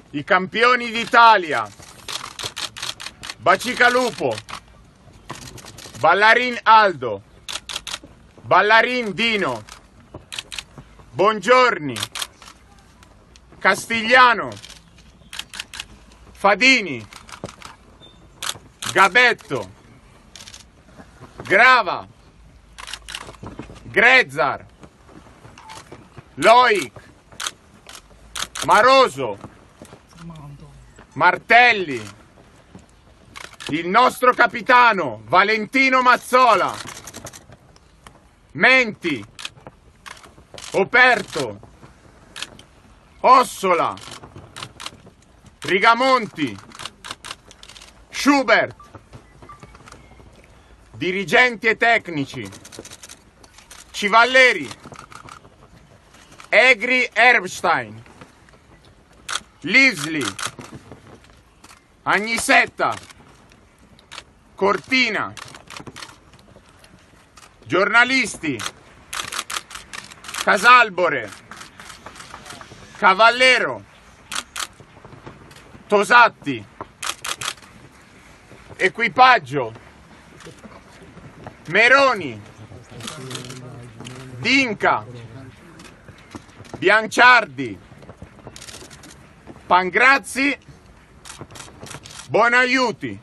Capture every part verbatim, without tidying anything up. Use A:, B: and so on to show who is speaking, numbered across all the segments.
A: i campioni d'Italia, Bacicalupo, Ballarin Aldo, Ballarin Dino, Bongiorni, Castigliano, Fadini, Gabetto, Grava, Grezzar, Loic, Maroso, Martelli, il nostro capitano Valentino Mazzola, Menti, Operto, Ossola, Rigamonti, Schubert, dirigenti e tecnici, Civalleri, Egri Erbstein, Livsli, Agnisetta, Cortina, giornalisti, Casalbore, Cavallero, Tosatti, equipaggio, Meroni, Dinca, Bianciardi, Pangrazzi, Bonaiuti.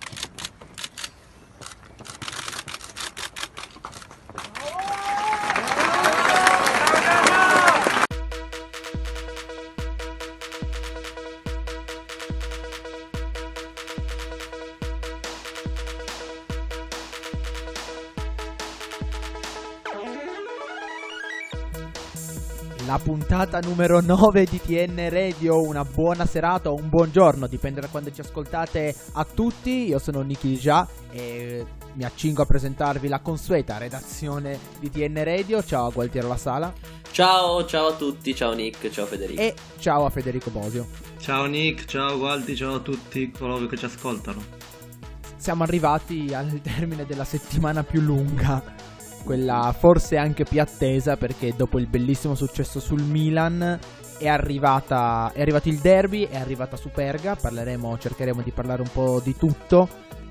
B: La puntata numero nove di T N Radio, una buona serata o un buongiorno, dipende da quando ci ascoltate a tutti. Io sono Nicky Già e mi accingo a presentarvi la consueta redazione di T N Radio. Ciao a Gualtiero La Sala.
C: Ciao, ciao a tutti, ciao Nick, ciao Federico.
B: E ciao a Federico Bosio.
D: Ciao Nick, ciao Gualti, ciao a tutti coloro che ci ascoltano.
B: Siamo arrivati al termine della settimana più lunga, quella forse anche più attesa, perché dopo il bellissimo successo sul Milan è arrivata è arrivato il derby, è arrivata Superga. Parleremo, cercheremo di parlare un po' di tutto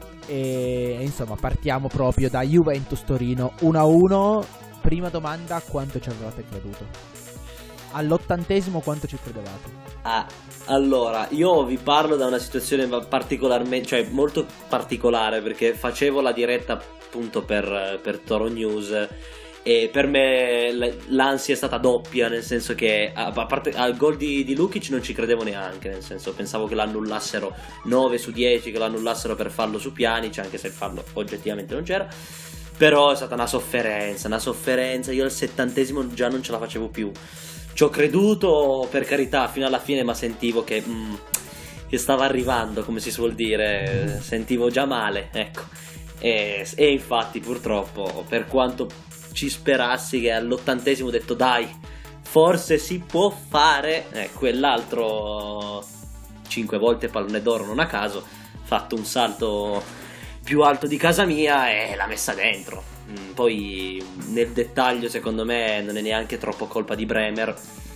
B: e, e insomma partiamo proprio da Juventus Torino uno a uno. Prima domanda: quanto ci avevate creduto? All'ottantesimo quanto ci credevate?
C: Ah, allora, io vi parlo da una situazione particolarmente, cioè molto particolare, perché facevo la diretta appunto per, per Toro News e per me l'ansia è stata doppia, nel senso che a parte al gol di, di Lukic non ci credevo neanche, nel senso pensavo che l'annullassero nove su dieci, che l'annullassero per fallo su Pjanic, anche se il fallo oggettivamente non c'era. Però è stata una sofferenza, una sofferenza, io al settantesimo già non ce la facevo più. Ci ho creduto, per carità, fino alla fine, ma sentivo che, mm, che stava arrivando, come si suol dire, sentivo già male, ecco. E, e infatti purtroppo, per quanto ci sperassi, che all'ottantesimo ho detto dai, forse si può fare, eh, quell'altro cinque volte pallone d'oro non a caso, fatto un salto più alto di casa mia e l'ha messa dentro. Poi nel dettaglio secondo me non è neanche troppo colpa di Bremer,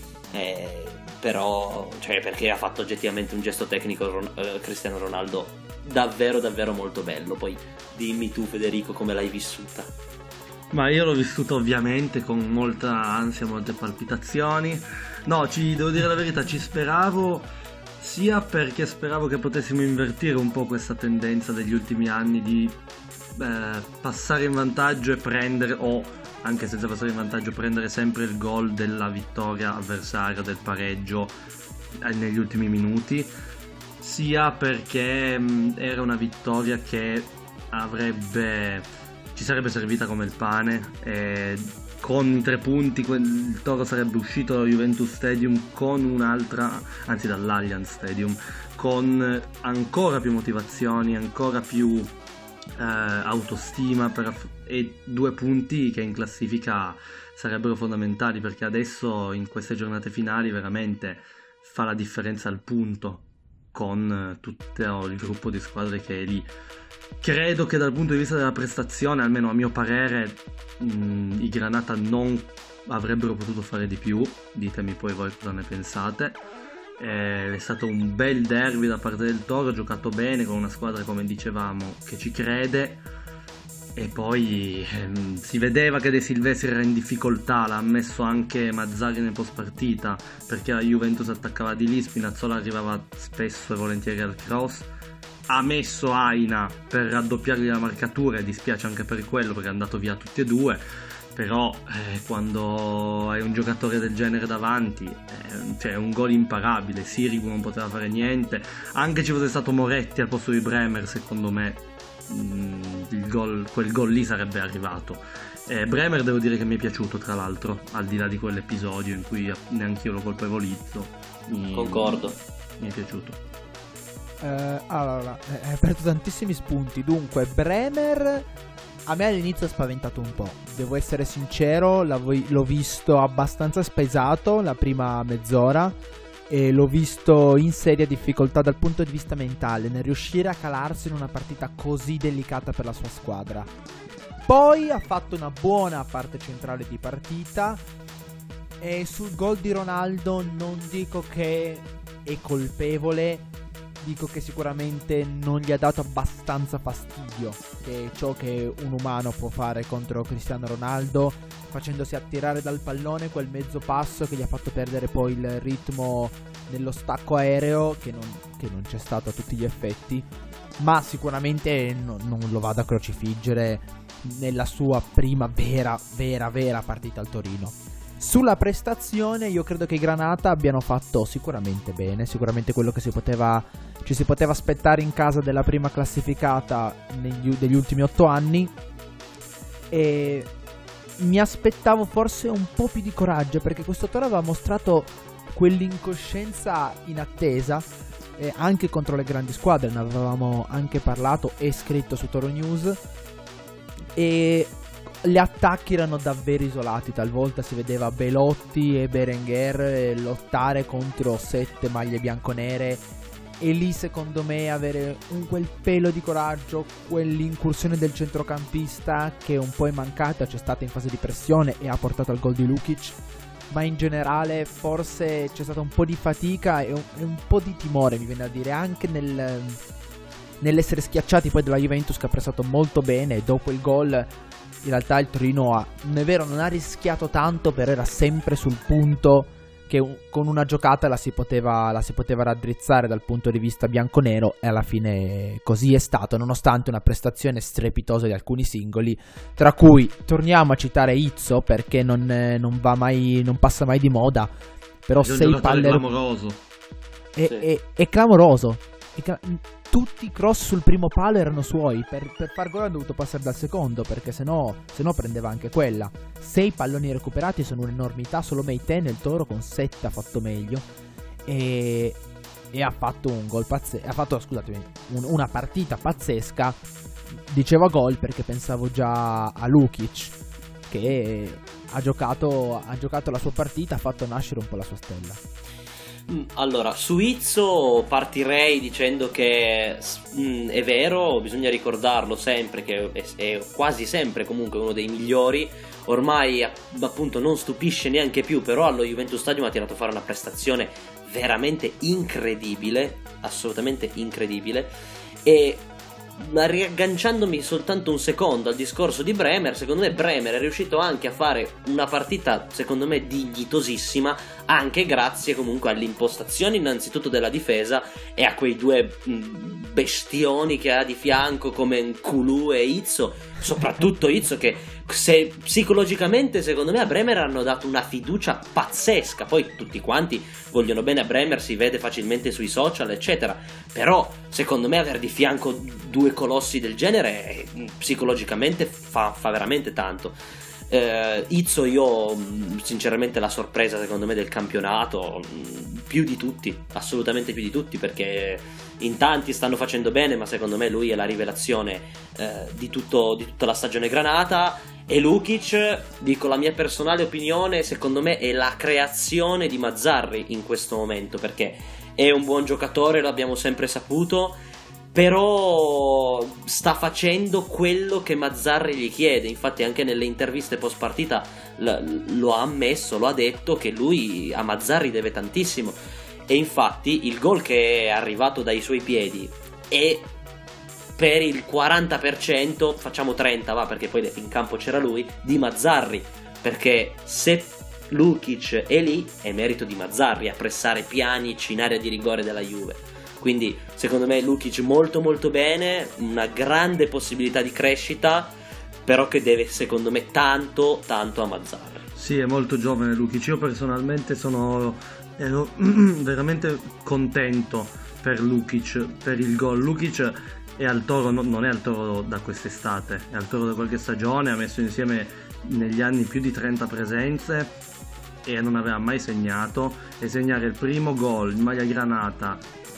C: eh, però cioè perché ha fatto oggettivamente un gesto tecnico Ron- eh, Cristiano Ronaldo davvero davvero molto bello. Poi dimmi tu Federico come l'hai vissuta.
D: Ma io l'ho vissuta ovviamente con molta ansia, molte palpitazioni. No, ci devo dire la verità, ci speravo, sia perché speravo che potessimo invertire un po' questa tendenza degli ultimi anni di eh, passare in vantaggio e prendere, o anche senza passare in vantaggio prendere sempre il gol della vittoria avversaria, del pareggio eh, negli ultimi minuti, sia perché mh, era una vittoria che avrebbe ci sarebbe servita come il pane, e con i tre punti il Toro sarebbe uscito dallo Juventus Stadium con un'altra, anzi dall'Allianz Stadium, con ancora più motivazioni, ancora più eh, autostima per, e due punti che in classifica sarebbero fondamentali, perché adesso in queste giornate finali veramente fa la differenza al punto con tutto il gruppo di squadre che è lì. Credo che dal punto di vista della prestazione, almeno a mio parere, mh, i Granata non avrebbero potuto fare di più. Ditemi poi voi cosa ne pensate. Eh, è stato un bel derby da parte del Toro, giocato bene con una squadra, come dicevamo, che ci crede. E poi ehm, si vedeva che De Silvestri era in difficoltà, l'ha ammesso anche Mazzarri nel post partita, perché la Juventus attaccava di lì, Spinazzola arrivava spesso e volentieri al cross. Ha messo Aina per raddoppiargli la marcatura e dispiace anche per quello, perché è andato via tutti e due. Però eh, quando hai un giocatore del genere davanti, eh, cioè un gol imparabile. Sirigu non poteva fare niente, anche ci fosse stato Moretti al posto di Bremer, secondo me mh, il gol, quel gol lì sarebbe arrivato. eh, Bremer devo dire che mi è piaciuto, tra l'altro, al di là di quell'episodio in cui neanche io lo colpevolizzo. Mi,
C: Concordo.
D: Mi è piaciuto.
B: Eh, allora, eh, hai aperto tantissimi spunti. Dunque, Bremer a me all'inizio ha spaventato un po', devo essere sincero, l'ho visto abbastanza spesato la prima mezz'ora e l'ho visto in seria difficoltà dal punto di vista mentale nel riuscire a calarsi in una partita così delicata per la sua squadra. Poi ha fatto una buona parte centrale di partita e sul gol di Ronaldo non dico che è colpevole, dico che sicuramente non gli ha dato abbastanza fastidio, che è ciò che un umano può fare contro Cristiano Ronaldo, facendosi attirare dal pallone quel mezzo passo che gli ha fatto perdere poi il ritmo nello stacco aereo, che non, che non c'è stato a tutti gli effetti, ma sicuramente no, non lo vado a crocifiggere nella sua prima vera, vera, vera partita al Torino. Sulla prestazione io credo che i Granata abbiano fatto sicuramente bene, sicuramente quello che si poteva, ci si poteva aspettare in casa della prima classificata negli, degli ultimi otto anni, e mi aspettavo forse un po' più di coraggio, perché questo Toro aveva mostrato quell'incoscienza inattesa eh, anche contro le grandi squadre, ne avevamo anche parlato e scritto su Toro News, e gli attacchi erano davvero isolati, talvolta si vedeva Belotti e Berenguer lottare contro sette maglie bianconere, e lì secondo me avere un quel pelo di coraggio, quell'incursione del centrocampista che un po' è mancata, c'è stata in fase di pressione e ha portato al gol di Lukic, ma in generale forse c'è stata un po' di fatica e un, e un po' di timore, mi viene a dire, anche nel, nell'essere schiacciati poi dalla Juventus, che ha prestato molto bene, e dopo il gol in realtà il Torino ha, non è vero, non ha rischiato tanto, però era sempre sul punto che un, con una giocata la si, poteva, la si poteva raddrizzare dal punto di vista bianconero, e alla fine così è stato, nonostante una prestazione strepitosa di alcuni singoli, tra cui torniamo a citare Izzo perché non, non va mai, non passa mai di moda, però sei palle
D: clamoroso.
B: è,
C: Sì.
B: è, è clamoroso. È cla- tutti i cross sul primo palo erano suoi, per, per far gol ha dovuto passare dal secondo, perché sennò, sennò prendeva anche quella. Sei palloni recuperati sono un'enormità, solo Meite nel Toro con sette ha fatto meglio, e, e ha fatto un gol pazzesco, ha fatto, scusatemi, un, una partita pazzesca. Dicevo gol perché pensavo già a Lukic, che ha giocato, ha giocato la sua partita, ha fatto nascere un po' la sua stella.
C: Allora, su Izzo partirei dicendo che mh, è vero, bisogna ricordarlo sempre, che è, è quasi sempre comunque uno dei migliori. Ormai appunto non stupisce neanche più, però allo Juventus Stadium ha tirato a fare una prestazione veramente incredibile, assolutamente incredibile. E riagganciandomi soltanto un secondo al discorso di Bremer, secondo me Bremer è riuscito anche a fare una partita secondo me dignitosissima, anche grazie comunque all'impostazione innanzitutto della difesa e a quei due bestioni che ha di fianco come Nkulu e Izzo, soprattutto Izzo, che se psicologicamente secondo me a Bremer hanno dato una fiducia pazzesca. Poi tutti quanti vogliono bene a Bremer, si vede facilmente sui social eccetera, però secondo me aver di fianco due colossi del genere eh, psicologicamente fa, fa veramente tanto. eh, Izzo, io sinceramente la sorpresa secondo me del campionato, più di tutti, assolutamente più di tutti, perché in tanti stanno facendo bene, ma secondo me lui è la rivelazione eh, di, tutto, di tutta la stagione granata. E Lukic, dico la mia personale opinione, secondo me è la creazione di Mazzarri in questo momento, perché è un buon giocatore, l'abbiamo sempre saputo, però sta facendo quello che Mazzarri gli chiede. Infatti anche nelle interviste post partita l- lo ha ammesso, lo ha detto, che lui a Mazzarri deve tantissimo. E infatti il gol che è arrivato dai suoi piedi è per il quaranta per cento, facciamo trenta va perché poi in campo c'era lui, di Mazzarri, perché se Lukic è lì è merito di Mazzarri a pressare Pjanic in area di rigore della Juve. Quindi secondo me Lukic molto molto bene, una grande possibilità di crescita, però che deve secondo me tanto tanto a Mazzarri.
D: Sì, è molto giovane Lukic, io personalmente sono ero veramente contento per Lukic, per il gol. Lukic è al Toro, no, non è al Toro da quest'estate, è al Toro da qualche stagione, ha messo insieme negli anni più di trenta presenze e non aveva mai segnato, e segnare il primo gol in maglia granata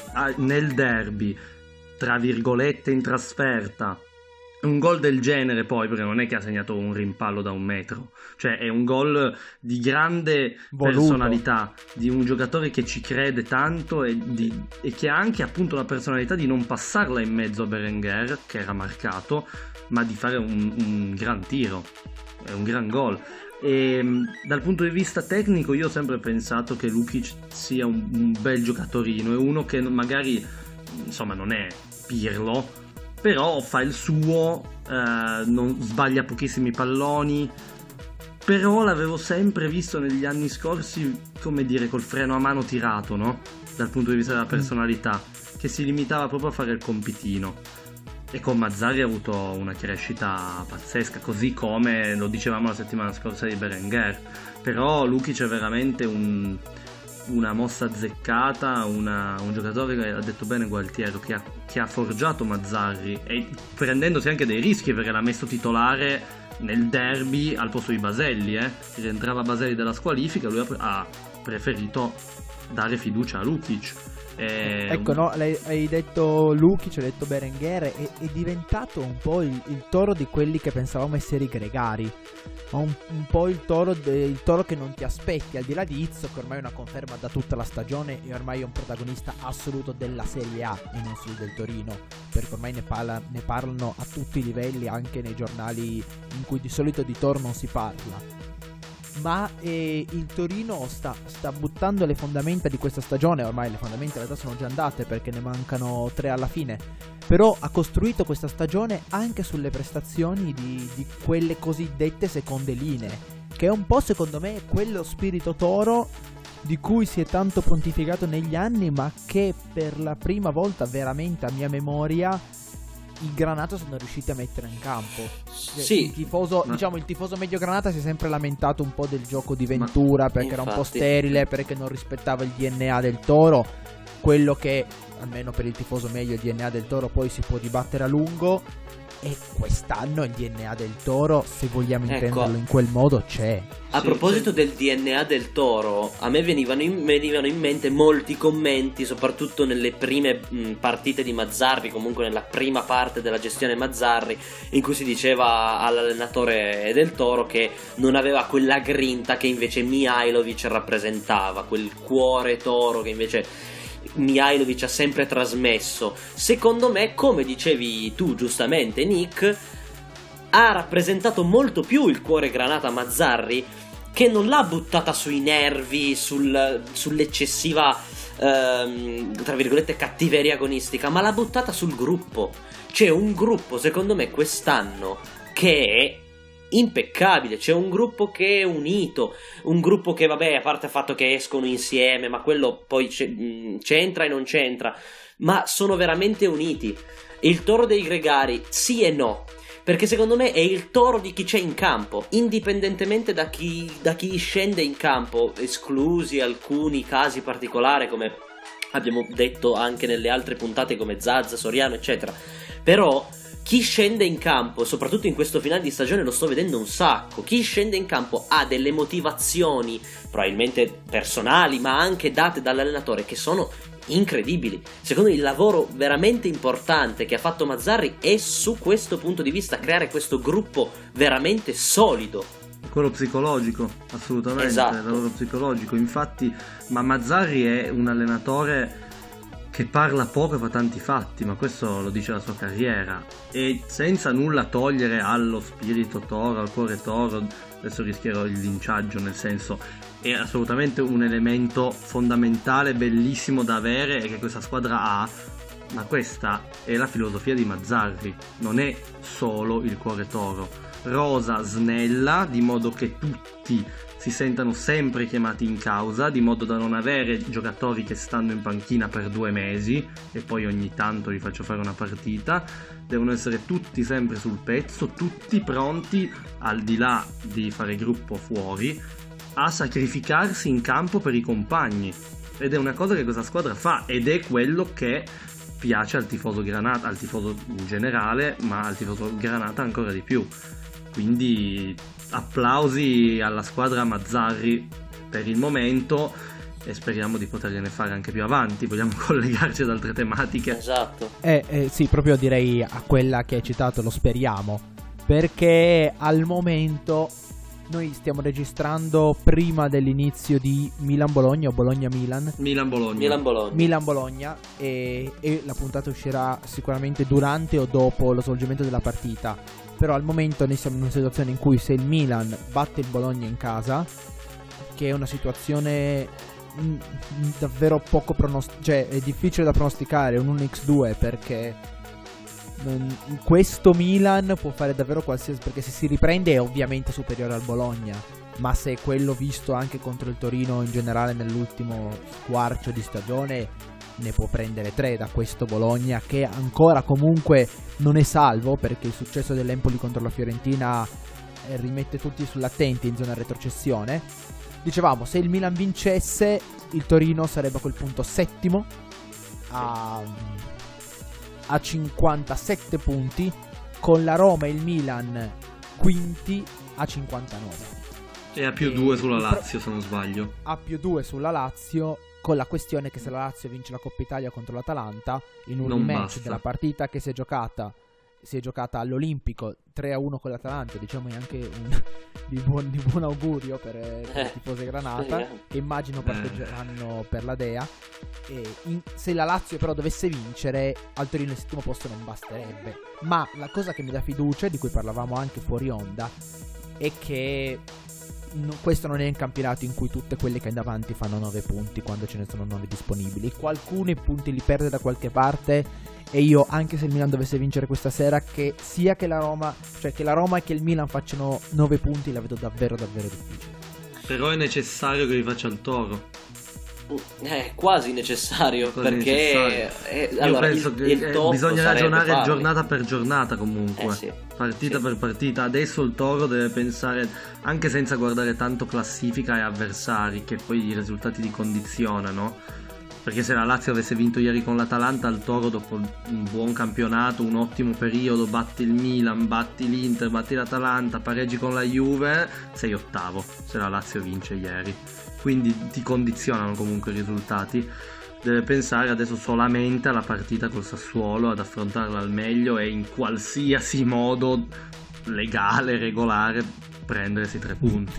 D: nel derby, tra virgolette in trasferta, un gol del genere poi, perché non è che ha segnato un rimpallo da un metro, cioè è un gol di grande
B: voluto,
D: personalità, di un giocatore che ci crede tanto e, di, e che ha anche appunto la personalità di non passarla in mezzo a Berenguer, che era marcato, ma di fare un, un gran tiro, è un gran gol. E dal punto di vista tecnico io ho sempre pensato che Lukic sia un, un bel giocatorino, è uno che magari insomma non è Pirlo, però fa il suo, eh, non sbaglia pochissimi palloni, però l'avevo sempre visto negli anni scorsi, come dire, col freno a mano tirato, no? Dal punto di vista della personalità, che si limitava proprio a fare il compitino. E con Mazzarri ha avuto una crescita pazzesca, così come lo dicevamo la settimana scorsa di Berenguer. Però Lukic è veramente un, una mossa azzeccata, una, un giocatore che ha detto bene Gualtiero, che ha, che ha forgiato Mazzarri, e prendendosi anche dei rischi, perché l'ha messo titolare nel derby al posto di Baselli, eh? rientrava Baselli dalla squalifica, lui ha, ha preferito dare fiducia a Lukic. E...
B: Ecco, no, lei, hai detto Lukic, hai detto Berenguer, è, è diventato un po' il, il Toro di quelli che pensavamo essere i gregari, un, un po' il toro, de, il toro che non ti aspetti, al di là di Izzo, che ormai è una conferma da tutta la stagione e ormai è un protagonista assoluto della Serie A e non solo del Torino, perché ormai ne, parla, ne parlano a tutti i livelli, anche nei giornali in cui di solito di Toro non si parla. Ma eh, il Torino sta, sta buttando le fondamenta di questa stagione, ormai le fondamenta in realtà sono già andate perché ne mancano tre alla fine, però ha costruito questa stagione anche sulle prestazioni di, di quelle cosiddette seconde linee, che è un po' secondo me quello spirito Toro di cui si è tanto pontificato negli anni, ma che per la prima volta veramente a mia memoria i Granata sono riusciti a mettere in campo.
C: Sì,
B: il tifoso,
D: ma...
B: diciamo, il tifoso medio Granata si è sempre lamentato un po' del gioco di Ventura, ma... perché
C: infatti...
B: era un po' sterile, perché non rispettava il D N A del Toro. Quello che, almeno per il tifoso medio, il D N A del Toro poi si può dibattere a lungo. E quest'anno il D N A del Toro, se vogliamo intenderlo
C: ecco,
B: in quel modo, c'è.
C: A
D: sì,
C: proposito
D: sì.
C: del D N A del Toro, a me venivano in, venivano in mente molti commenti, soprattutto nelle prime mh, partite di Mazzarri, comunque nella prima parte della gestione Mazzarri, in cui si diceva all'allenatore del Toro che non aveva quella grinta che invece Mihajlovic rappresentava, quel cuore Toro che invece Mihajlovic ha sempre trasmesso. Secondo me, come dicevi tu giustamente Nick, ha rappresentato molto più il cuore Granata Mazzarri, che non l'ha buttata sui nervi, sul, sull'eccessiva ehm, tra virgolette cattiveria agonistica, ma l'ha buttata sul gruppo. C'è un gruppo secondo me quest'anno che è impeccabile, c'è un gruppo che è unito, un gruppo che vabbè, a parte il fatto che escono insieme, ma quello poi c'entra e non c'entra, ma sono veramente uniti. Il Toro dei Gregari sì e no, perché secondo me è il Toro di chi c'è in campo, indipendentemente da chi, da chi scende in campo, esclusi alcuni casi particolari come abbiamo detto anche nelle altre puntate come Zazza, Soriano eccetera. Però chi scende in campo, soprattutto in questo finale di stagione lo sto vedendo un sacco, chi scende in campo ha delle motivazioni probabilmente personali ma anche date dall'allenatore che sono incredibili. Secondo me il lavoro veramente importante che ha fatto Mazzarri è su questo punto di vista, creare questo gruppo veramente solido.
D: Quello psicologico, assolutamente,
C: esatto.
D: Il lavoro psicologico, infatti, ma Mazzarri è un allenatore che parla poco e fa tanti fatti, ma questo lo dice la sua carriera, e senza nulla togliere allo spirito Toro, al cuore Toro, adesso rischierò il linciaggio, nel senso, è assolutamente un elemento fondamentale, bellissimo da avere e che questa squadra ha, ma questa è la filosofia di Mazzarri, non è solo il cuore toro. Rosa snella, di modo che tutti si sentano sempre chiamati in causa, di modo da non avere giocatori che stanno in panchina per due mesi e poi ogni tanto li faccio fare una partita. Devono essere tutti sempre sul pezzo, tutti pronti, al di là di fare gruppo fuori, a sacrificarsi in campo per i compagni. Ed è una cosa che questa squadra fa, ed è quello che piace al tifoso Granata, al tifoso in generale, ma al tifoso Granata ancora di più. Quindi applausi alla squadra Mazzarri per il momento e speriamo di potergliene fare anche più avanti. Vogliamo collegarci ad altre tematiche?
C: Esatto.
B: Eh, eh, sì, proprio direi a quella che hai citato, lo speriamo, perché al momento noi stiamo registrando prima dell'inizio di Milan-Bologna o Bologna-Milan.
D: Milan-Bologna.
C: Milan-Bologna.
B: Milan-Bologna e, e la puntata uscirà sicuramente durante o dopo lo svolgimento della partita. Però al momento noi siamo in una situazione in cui se il Milan batte il Bologna in casa, che è una situazione mh, davvero poco pronosticata, cioè è difficile da pronosticare, un uno a due, perché mh, questo Milan può fare davvero qualsiasi, perché se si riprende è ovviamente superiore al Bologna, ma se è quello visto anche contro il Torino in generale nell'ultimo squarcio di stagione, ne può prendere tre da questo Bologna, che ancora comunque non è salvo, perché il successo dell'Empoli contro la Fiorentina eh, rimette tutti sull'attenti in zona retrocessione. Dicevamo, se il Milan vincesse, il Torino sarebbe a quel punto settimo a, a cinquantasette punti, con la Roma e il Milan quinti a cinquantanove
D: e a più due sulla Lazio, se non sbaglio.
B: A più due sulla Lazio, con la questione che se la Lazio vince la Coppa Italia contro l'Atalanta, in un
D: non
B: rematch
D: basta.
B: della partita che si è giocata si è giocata all'Olimpico tre a uno con l'Atalanta, diciamo anche un, di, buon, di buon augurio per, per i tifosi Granata,
C: eh.
B: che immagino
D: Eh.
B: parteggeranno per la Dea. E in, se la Lazio però dovesse vincere, al Torino il settimo posto non basterebbe. Ma la cosa che mi dà fiducia, di cui parlavamo anche fuori onda, è che no, questo non è un campionato in cui tutte quelle che andano avanti fanno nove punti quando ce ne sono nove disponibili. Qualcuno i punti li perde da qualche parte, e io, anche se il Milan dovesse vincere questa sera, che sia che la Roma, cioè che la Roma e che il Milan facciano nove punti, la vedo davvero davvero difficile.
D: Però è necessario che li faccia il Toro.
C: È quasi necessario,
D: Quasi
C: perché
D: necessario.
C: eh,
D: Io
C: allora,
D: penso
C: il,
D: che
C: il
D: eh,
C: top
D: bisogna
C: sarebbe
D: ragionare
C: farli.
D: giornata per giornata comunque,
C: Eh sì.
D: partita
C: Sì.
D: per partita. Adesso il Toro deve pensare, anche senza guardare tanto classifica e avversari, che poi i risultati ti condizionano. Perché se la Lazio avesse vinto ieri con l'Atalanta, il Toro dopo un buon campionato, un ottimo periodo, batti il Milan, batti l'Inter, batti l'Atalanta, pareggi con la Juve, sei ottavo se la Lazio vince ieri. Quindi ti condizionano comunque i risultati. Deve pensare adesso solamente alla partita col Sassuolo, ad affrontarla al meglio e in qualsiasi modo legale, regolare, prendersi tre punti.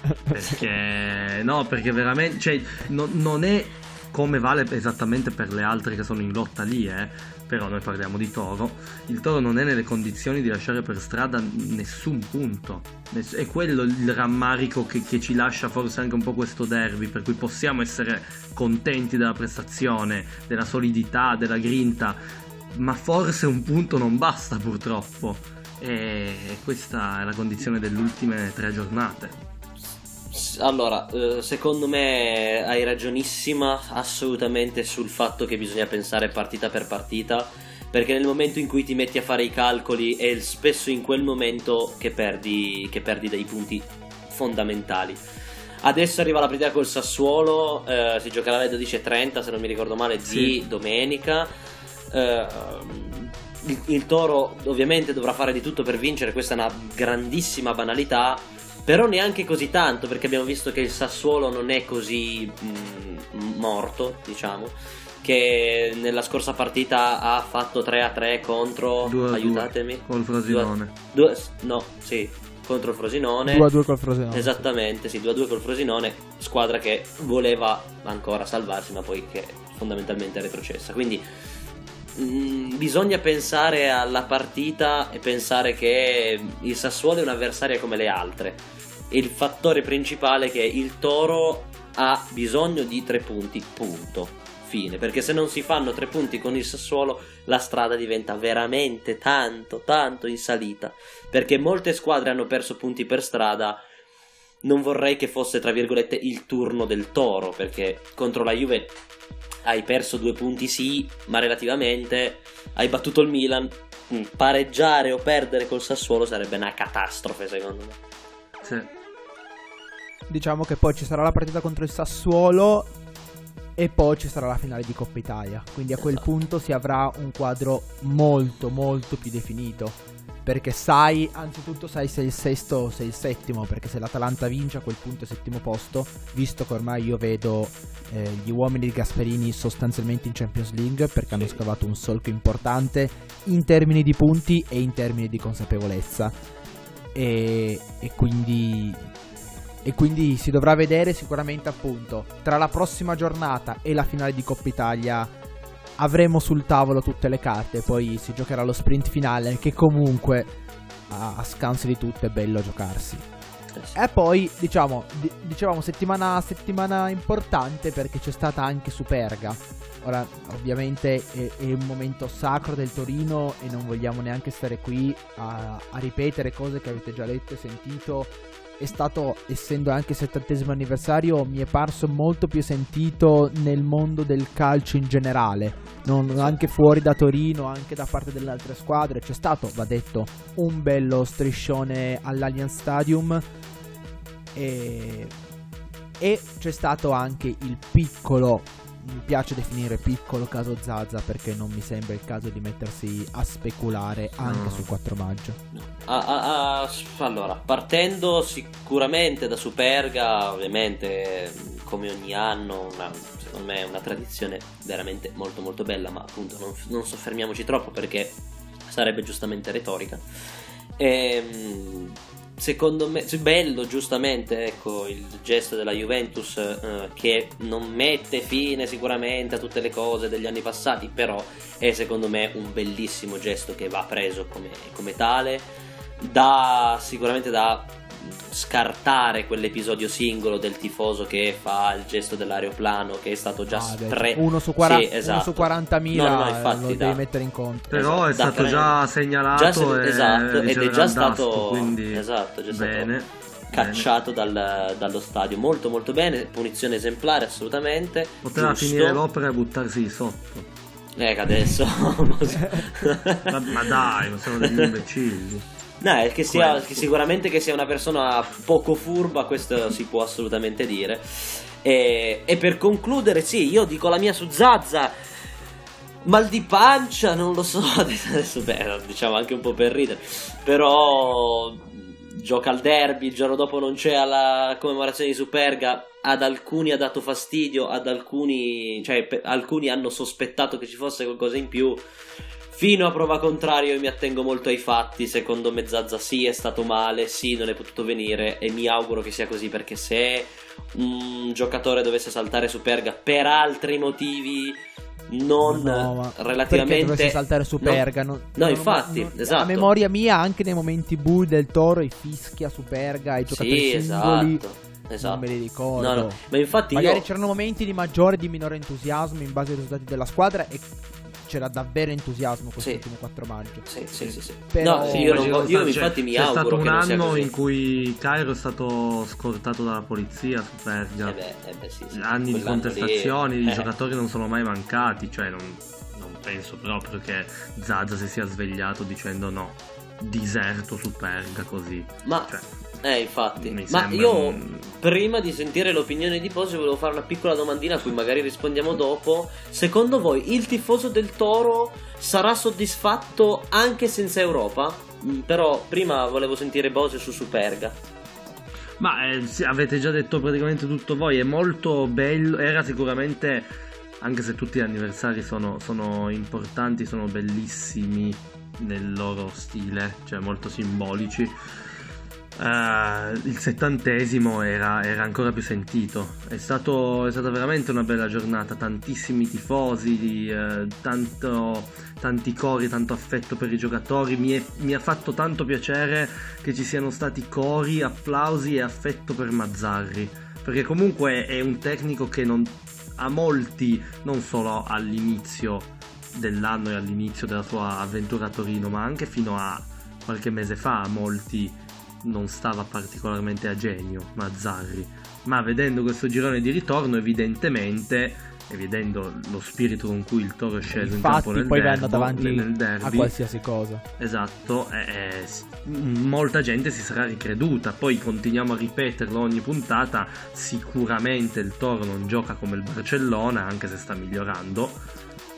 D: Perché no, perché veramente, cioè, no, non è come vale esattamente per le altre che sono in lotta lì, eh. Però noi parliamo di Toro. Il Toro non è nelle condizioni di lasciare per strada nessun punto. Ness- è quello il rammarico che, che ci lascia forse anche un po' questo derby, per cui possiamo essere contenti della prestazione, della solidità, della grinta, ma forse un punto non basta purtroppo. E questa è la condizione delle ultime tre giornate.
C: Allora, eh, secondo me hai ragionissima assolutamente sul fatto che bisogna pensare partita per partita, perché nel momento in cui ti metti a fare i calcoli è spesso in quel momento che perdi, che perdi dei punti fondamentali. Adesso arriva la partita col Sassuolo, eh, si giocherà alle dodici e trenta se non mi ricordo male di
D: Sì.
C: domenica. eh, il, il Toro ovviamente dovrà fare di tutto per vincere, questa è una grandissima banalità, però neanche così tanto, perché abbiamo visto che il Sassuolo non è così mh, morto, diciamo, che nella scorsa partita ha fatto tre a tre contro
D: due a due
C: aiutatemi
D: col Frosinone.
C: due, no, sì, contro il Frosinone.
B: due a due col Frosinone.
C: Esattamente, sì, due a due col Frosinone, squadra che voleva ancora salvarsi, ma poi che fondamentalmente è retrocessa. Quindi mh, bisogna pensare alla partita e pensare che il Sassuolo è un'avversaria come le altre, il fattore principale è che il Toro ha bisogno di tre punti, punto, fine, perché se non si fanno tre punti con il Sassuolo la strada diventa veramente tanto tanto in salita, perché molte squadre hanno perso punti per strada. Non vorrei che fosse, tra virgolette, il turno del Toro, perché contro la Juve hai perso due punti sì, ma relativamente hai battuto il Milan. Pareggiare o perdere col Sassuolo sarebbe una catastrofe, secondo me.
D: Sì.
B: Diciamo che poi ci sarà la partita contro il Sassuolo e poi ci sarà la finale di Coppa Italia, quindi a quel
C: Esatto.
B: punto si avrà un quadro molto molto più definito, perché sai, anzitutto sai se il sesto o se il settimo, perché se l'Atalanta vince a quel punto è settimo posto, visto che ormai io vedo eh, gli uomini di Gasperini sostanzialmente in Champions League, perché hanno
C: Sì.
B: scavato un solco importante in termini di punti e in termini di consapevolezza, e, e quindi e quindi si dovrà vedere sicuramente, appunto, tra la prossima giornata e la finale di Coppa Italia avremo sul tavolo tutte le carte, poi si giocherà lo sprint finale che comunque a, a scanso di tutto è bello giocarsi.
C: Eh sì.
B: E poi diciamo di- dicevamo settimana, settimana importante perché c'è stata anche Superga. Ora ovviamente è, è un momento sacro del Torino e non vogliamo neanche stare qui a, a ripetere cose che avete già letto e sentito. È stato, essendo anche il settantesimo anniversario, mi è parso molto più sentito nel mondo del calcio in generale, non, anche fuori da Torino, anche da parte delle altre squadre. C'è stato, va detto, un bello striscione all'Allianz Stadium e, e c'è stato anche il piccolo, mi piace definire piccolo caso Zaza, perché non mi sembra il caso di mettersi a speculare anche
D: No.
B: sul quattro maggio.
C: Ah, ah, ah, allora, partendo sicuramente da Superga, ovviamente come ogni anno, una, secondo me è una tradizione veramente molto molto bella, ma appunto non, non soffermiamoci troppo perché sarebbe giustamente retorica. Ehm, secondo me, sì, bello giustamente, ecco, il gesto della Juventus eh, che non mette fine sicuramente a tutte le cose degli anni passati, però è secondo me un bellissimo gesto che va preso come, come tale. Da sicuramente da scartare quell'episodio singolo del tifoso che fa il gesto dell'aeroplano, che è stato già
B: Ah, beh,
C: spre-
B: uno su quaranta,
C: sì, esatto.
B: uno su quarantamila
C: No, no, infatti,
B: lo
C: da-
B: devi mettere in conto.
D: Però è
C: Esatto, da
D: stato
C: cre-
D: già segnalato
C: già se-
D: e
C: esatto, ed è
D: riceverà
C: già
D: il daspo,
C: stato
D: quindi
C: esatto, già stato
D: bene,
C: cacciato dal- dallo stadio, molto molto bene, punizione esemplare assolutamente.
D: poteva
C: giusto.
D: finire l'opera e buttarsi sotto.
C: Eh, che adesso
D: ma, ma dai, ma sono degli imbecilli.
C: no, è che sia
D: Quello.
C: che sicuramente che sia una persona poco furba, questo si può assolutamente dire. E, e per concludere, sì, io dico la mia su Zaza. Mal di pancia, non lo so, adesso beh, diciamo anche un po' per ridere, però gioca al derby, il giorno dopo non c'è alla commemorazione di Superga, ad alcuni ha dato fastidio, ad alcuni, cioè pe- alcuni hanno sospettato che ci fosse qualcosa in più. Fino a prova contraria io mi attengo molto ai fatti. Secondo me Zaza sì è stato male, sì non è potuto venire, e mi auguro che sia così, perché se un giocatore dovesse saltare Superga per altri motivi non
B: No, ma
C: relativamente
B: perché dovesse saltare su
C: no,
B: Perga? No,
C: no,
B: non-
C: infatti,
B: non-
C: esatto.
B: A memoria mia, anche nei momenti bui del Toro, i fischi a Superga, i giocatori
C: sì,
B: singoli,
C: esatto, esatto.
B: non me li ricordo.
C: No, no, ma infatti
B: Magari
C: io
B: c'erano momenti di maggiore e di minore entusiasmo in base ai risultati della squadra, e c'era davvero entusiasmo questo
C: Sì.
B: ultimo quattro maggio.
C: sì, sì, sì, sì.
B: Però-
C: No, sì, io, non
D: C'è
C: vo- io
D: stato-
C: infatti mi
D: c'è
C: auguro
D: stato un
C: che non sia
D: anno
C: così.
D: in cui Cairo è stato scortato dalla polizia su Perga.
C: Eh beh, eh beh, sì, sì.
D: Anni di
C: Quell'anno
D: contestazioni,
C: lì,
D: i
C: eh.
D: giocatori non sono mai mancati, cioè non, non penso proprio che Zaza si sia svegliato dicendo no, diserto su Perga così.
C: Ma
D: Cioè,
C: eh, infatti.
D: mi
C: Ma
D: sembra
C: io
D: un-
C: prima di sentire l'opinione di Posi volevo fare una piccola domandina a cui magari rispondiamo dopo. Secondo voi il tifoso del Toro sarà soddisfatto anche senza Europa? Mm, Però prima volevo sentire Bose su Superga.
D: Ma eh, sì, avete già detto praticamente tutto voi, è molto bello, era sicuramente, anche se tutti gli anniversari sono, sono importanti, sono bellissimi nel loro stile, cioè molto simbolici. Uh, il settantesimo era, era ancora più sentito. È, stato, è stata veramente una bella giornata, tantissimi tifosi, di, uh, tanto, tanti cori, tanto affetto per i giocatori. Mi, è, mi ha fatto tanto piacere che ci siano stati cori, applausi e affetto per Mazzarri, perché comunque è un tecnico che non, a molti, non solo all'inizio dell'anno e all'inizio della sua avventura a Torino, ma anche fino a qualche mese fa, a molti non stava particolarmente a genio Mazzarri, ma vedendo questo girone di ritorno, evidentemente, e vedendo lo spirito con cui il Toro è sceso in campo nel
B: poi
D: derby,
B: vanno davanti
D: nel derby,
B: a qualsiasi cosa.
D: Esatto, eh, molta gente si sarà ricreduta. Poi continuiamo a ripeterlo ogni puntata, sicuramente il Toro non gioca come il Barcellona, anche se sta migliorando.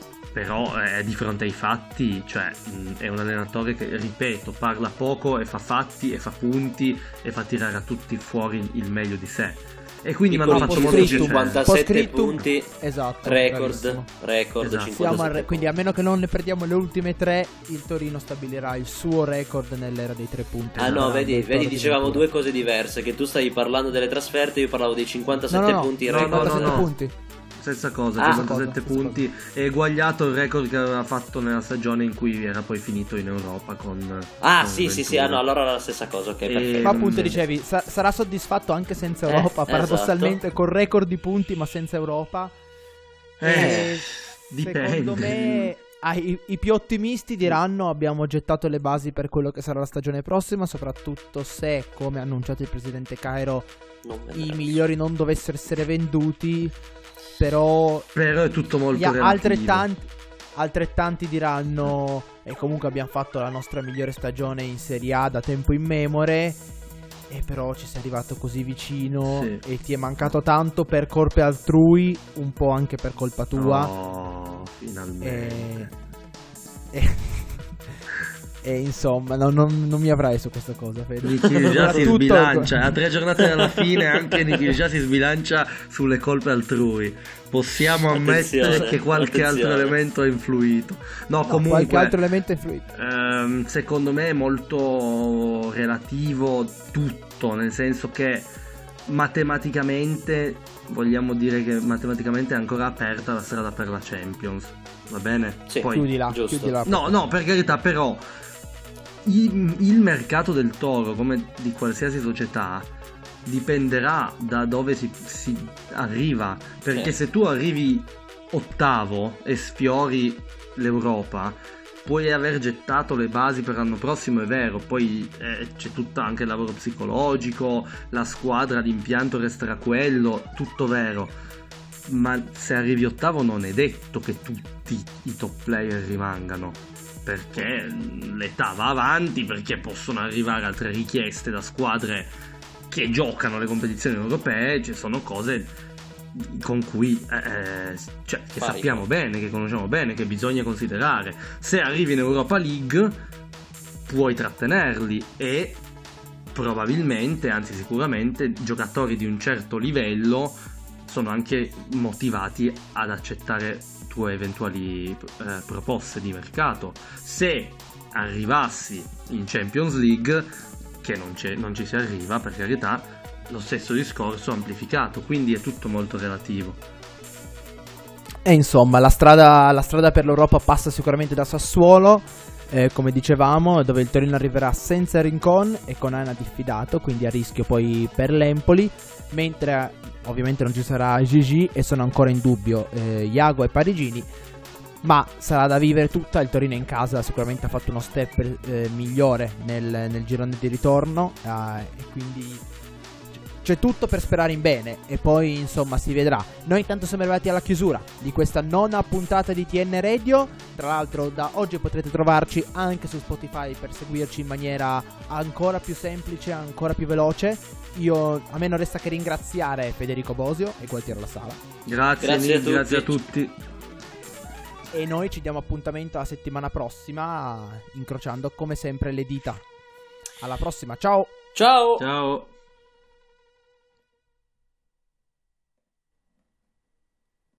D: Però eh, di fronte ai fatti, cioè mh, è un allenatore che, ripeto, parla poco e fa fatti e fa punti e fa tirare a tutti fuori il meglio di sé. E quindi mi hanno fatto molto piacere.
C: cinquantasette punti,
B: esatto,
C: record, record
B: esatto. Siamo a, quindi a meno che non ne perdiamo le ultime tre, il Torino stabilirà il suo record nell'era dei tre punti.
C: Ah no, vedi, vedi dicevamo due cose diverse, che tu stavi parlando delle trasferte, io parlavo dei cinquantasette
B: no, no, no.
C: punti
B: no,
C: record.
B: No, no, no. punti.
D: Stessa cosa,
C: ah,
D: cinquantasette
B: cosa,
D: punti
B: cosa.
D: E eguagliato il record che aveva fatto nella stagione in cui era poi finito in Europa con
C: Ah
D: con
C: sì sì sì, ah, no, allora era la stessa cosa, ok,
D: e...
C: perfetto.
B: Ma appunto dicevi, sa- sarà soddisfatto anche senza Europa,
C: eh,
B: paradossalmente,
C: esatto.
B: col record di punti ma senza Europa.
D: Eh,
B: e
D: dipende.
B: Secondo me ah, i, i più ottimisti diranno abbiamo gettato le basi per quello che sarà la stagione prossima, soprattutto se, come ha annunciato il presidente Cairo, i migliori non dovessero essere venduti. Però,
D: Però è tutto molto relativo.
B: altrettanti, altrettanti diranno e comunque abbiamo fatto la nostra migliore stagione in Serie A da tempo immemore, e però ci sei arrivato così vicino, sì. E ti è mancato tanto per colpe altrui, un po' anche per colpa tua.
D: Oh, finalmente.
B: E, e, e insomma, no, non, non mi avrai su questa cosa, Fede.
D: Nikhil già si sbilancia, a tre giornate dalla fine anche Nikhil già si sbilancia sulle colpe altrui. Possiamo ammettere attenzione, che qualche attenzione. altro elemento ha influito. No, no comunque
B: qualche altro elemento ha influito.
D: Ehm, secondo me è molto relativo tutto, nel senso che matematicamente vogliamo dire che matematicamente è ancora aperta la strada per la Champions. Va bene?
C: Sì,
D: Poi,
B: chiudila, chiudila.
D: No, no, per carità, però il, il mercato del Toro, come di qualsiasi società, dipenderà da dove si, si arriva, perché
C: sì.
D: se tu arrivi ottavo e sfiori l'Europa, puoi aver gettato le basi per l'anno prossimo, è vero, poi eh, c'è tutto anche il lavoro psicologico, la squadra, l'impianto resterà quello, tutto vero, ma se arrivi ottavo non è detto che tutti i top player rimangano, perché l'età va avanti, perché possono arrivare altre richieste da squadre che giocano le competizioni europee, ci sono cose con cui eh, cioè, che
C: Pari.
D: sappiamo bene, che conosciamo bene, che bisogna considerare. Se arrivi in Europa League puoi trattenerli e probabilmente, anzi sicuramente, giocatori di un certo livello sono anche motivati ad accettare tue eventuali eh, proposte di mercato. Se arrivassi in Champions League, che non, c'è, non ci si arriva, per carità, lo stesso discorso amplificato, quindi è tutto molto relativo.
B: E insomma, la strada, la strada per l'Europa passa sicuramente da Sassuolo, eh, come dicevamo, dove il Torino arriverà senza Rincon e con Ana diffidato, quindi a rischio poi per l'Empoli, mentre ovviamente non ci sarà Gigi e sono ancora in dubbio eh, Iago e Parigini, ma sarà da vivere tutta. Il Torino in casa sicuramente ha fatto uno step eh, migliore nel, nel girone di ritorno, eh, e quindi c'è tutto per sperare in bene, e poi insomma si vedrà. Noi intanto siamo arrivati alla chiusura di questa nona puntata di T N Radio. Tra l'altro da oggi potrete trovarci anche su Spotify per seguirci in maniera ancora più semplice, ancora più veloce. Io, a me non resta che ringraziare Federico Bosio e Gualtiero La Sala.
D: Grazie,
C: grazie,
D: Nick,
C: a
D: grazie a tutti.
B: E noi ci diamo appuntamento la settimana prossima, incrociando come sempre le dita. Alla prossima, ciao!
C: Ciao!
D: Ciao!